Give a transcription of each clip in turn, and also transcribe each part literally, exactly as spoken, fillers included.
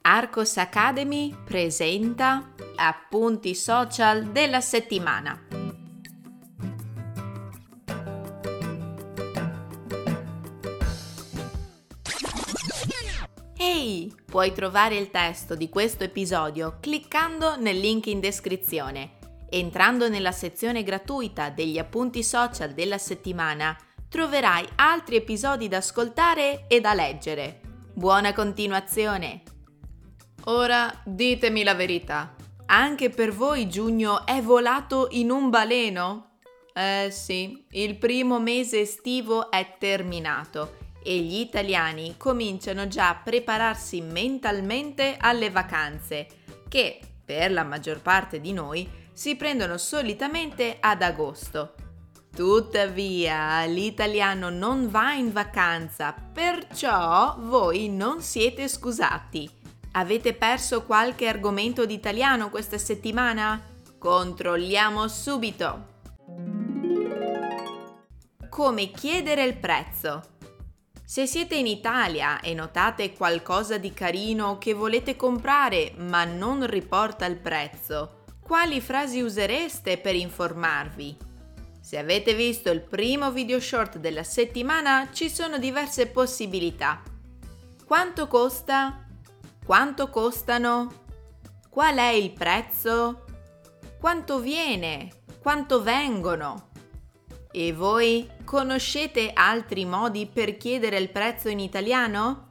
Arcos Academy presenta Appunti social della settimana. Ehi, puoi trovare il testo di questo episodio cliccando nel link in descrizione. Entrando nella sezione gratuita degli appunti social della settimana, troverai altri episodi da ascoltare e da leggere. Buona continuazione! Ora ditemi la verità. Anche per voi giugno è volato in un baleno? Eh sì, il primo mese estivo è terminato e gli italiani cominciano già a prepararsi mentalmente alle vacanze, che, per la maggior parte di noi, si prendono solitamente ad agosto. Tuttavia, l'italiano non va in vacanza, perciò voi non siete scusati. Avete perso qualche argomento di italiano questa settimana? Controlliamo subito! Come chiedere il prezzo? Se siete in Italia e notate qualcosa di carino che volete comprare ma non riporta il prezzo, quali frasi usereste per informarvi? Se avete visto il primo video short della settimana, ci sono diverse possibilità. Quanto costa? Quanto costano? Qual è il prezzo? Quanto viene? Quanto vengono? E voi conoscete altri modi per chiedere il prezzo in italiano?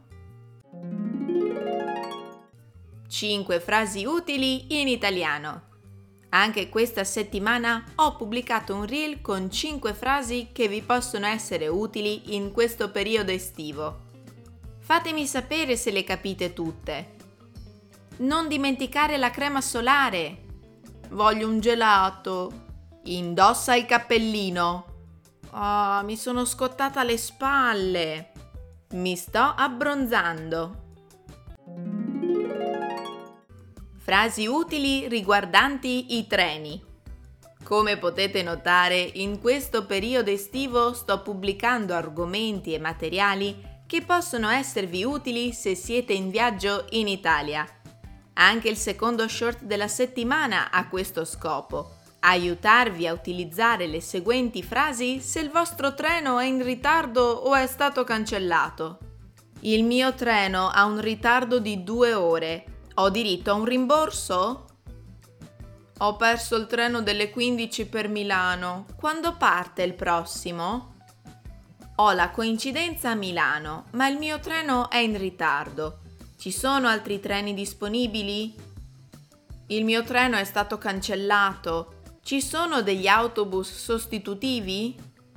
cinque frasi utili in italiano. Anche questa settimana ho pubblicato un reel con cinque frasi che vi possono essere utili in questo periodo estivo. Fatemi sapere se le capite tutte. Non dimenticare la crema solare. Voglio un gelato. Indossa il cappellino. Oh, mi sono scottata le spalle. Mi sto abbronzando. Frasi utili riguardanti i treni. Come potete notare, in questo periodo estivo sto pubblicando argomenti e materiali che possono esservi utili se siete in viaggio in Italia. Anche il secondo short della settimana ha questo scopo: aiutarvi a utilizzare le seguenti frasi se il vostro treno è in ritardo o è stato cancellato. Il mio treno ha un ritardo di due ore. Ho diritto a un rimborso? Ho perso il treno delle quindici per Milano. Quando parte il prossimo? Ho la coincidenza a Milano, ma il mio treno è in ritardo. Ci sono altri treni disponibili? Il mio treno è stato cancellato. Ci sono degli autobus sostitutivi?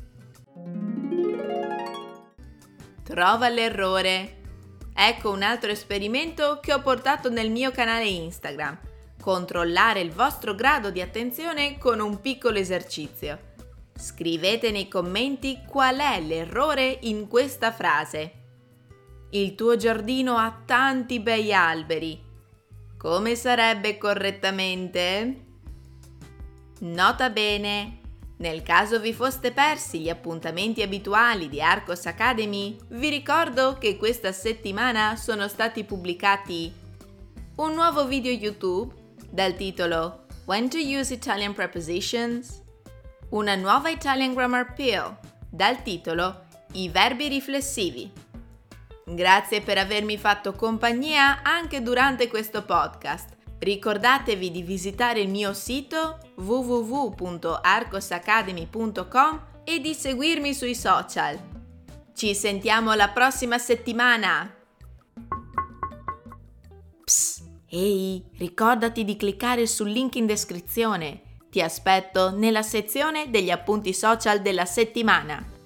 Trova l'errore. Ecco un altro esperimento che ho portato nel mio canale Instagram. Controllare il vostro grado di attenzione con un piccolo esercizio. Scrivete nei commenti qual è l'errore in questa frase. Il tuo giardino ha tanti bei alberi. Come sarebbe correttamente? Nota bene, nel caso vi foste persi gli appuntamenti abituali di Arcos Academy, vi ricordo che questa settimana sono stati pubblicati un nuovo video YouTube dal titolo When to use Italian prepositions, una nuova Italian Grammar Pill dal titolo I verbi riflessivi. Grazie per avermi fatto compagnia anche durante questo podcast. Ricordatevi di visitare il mio sito w w w punto arcos academy punto com e di seguirmi sui social. Ci sentiamo la prossima settimana! Psst, ehi, ricordati di cliccare sul link in descrizione. Ti aspetto nella sezione degli appunti social della settimana.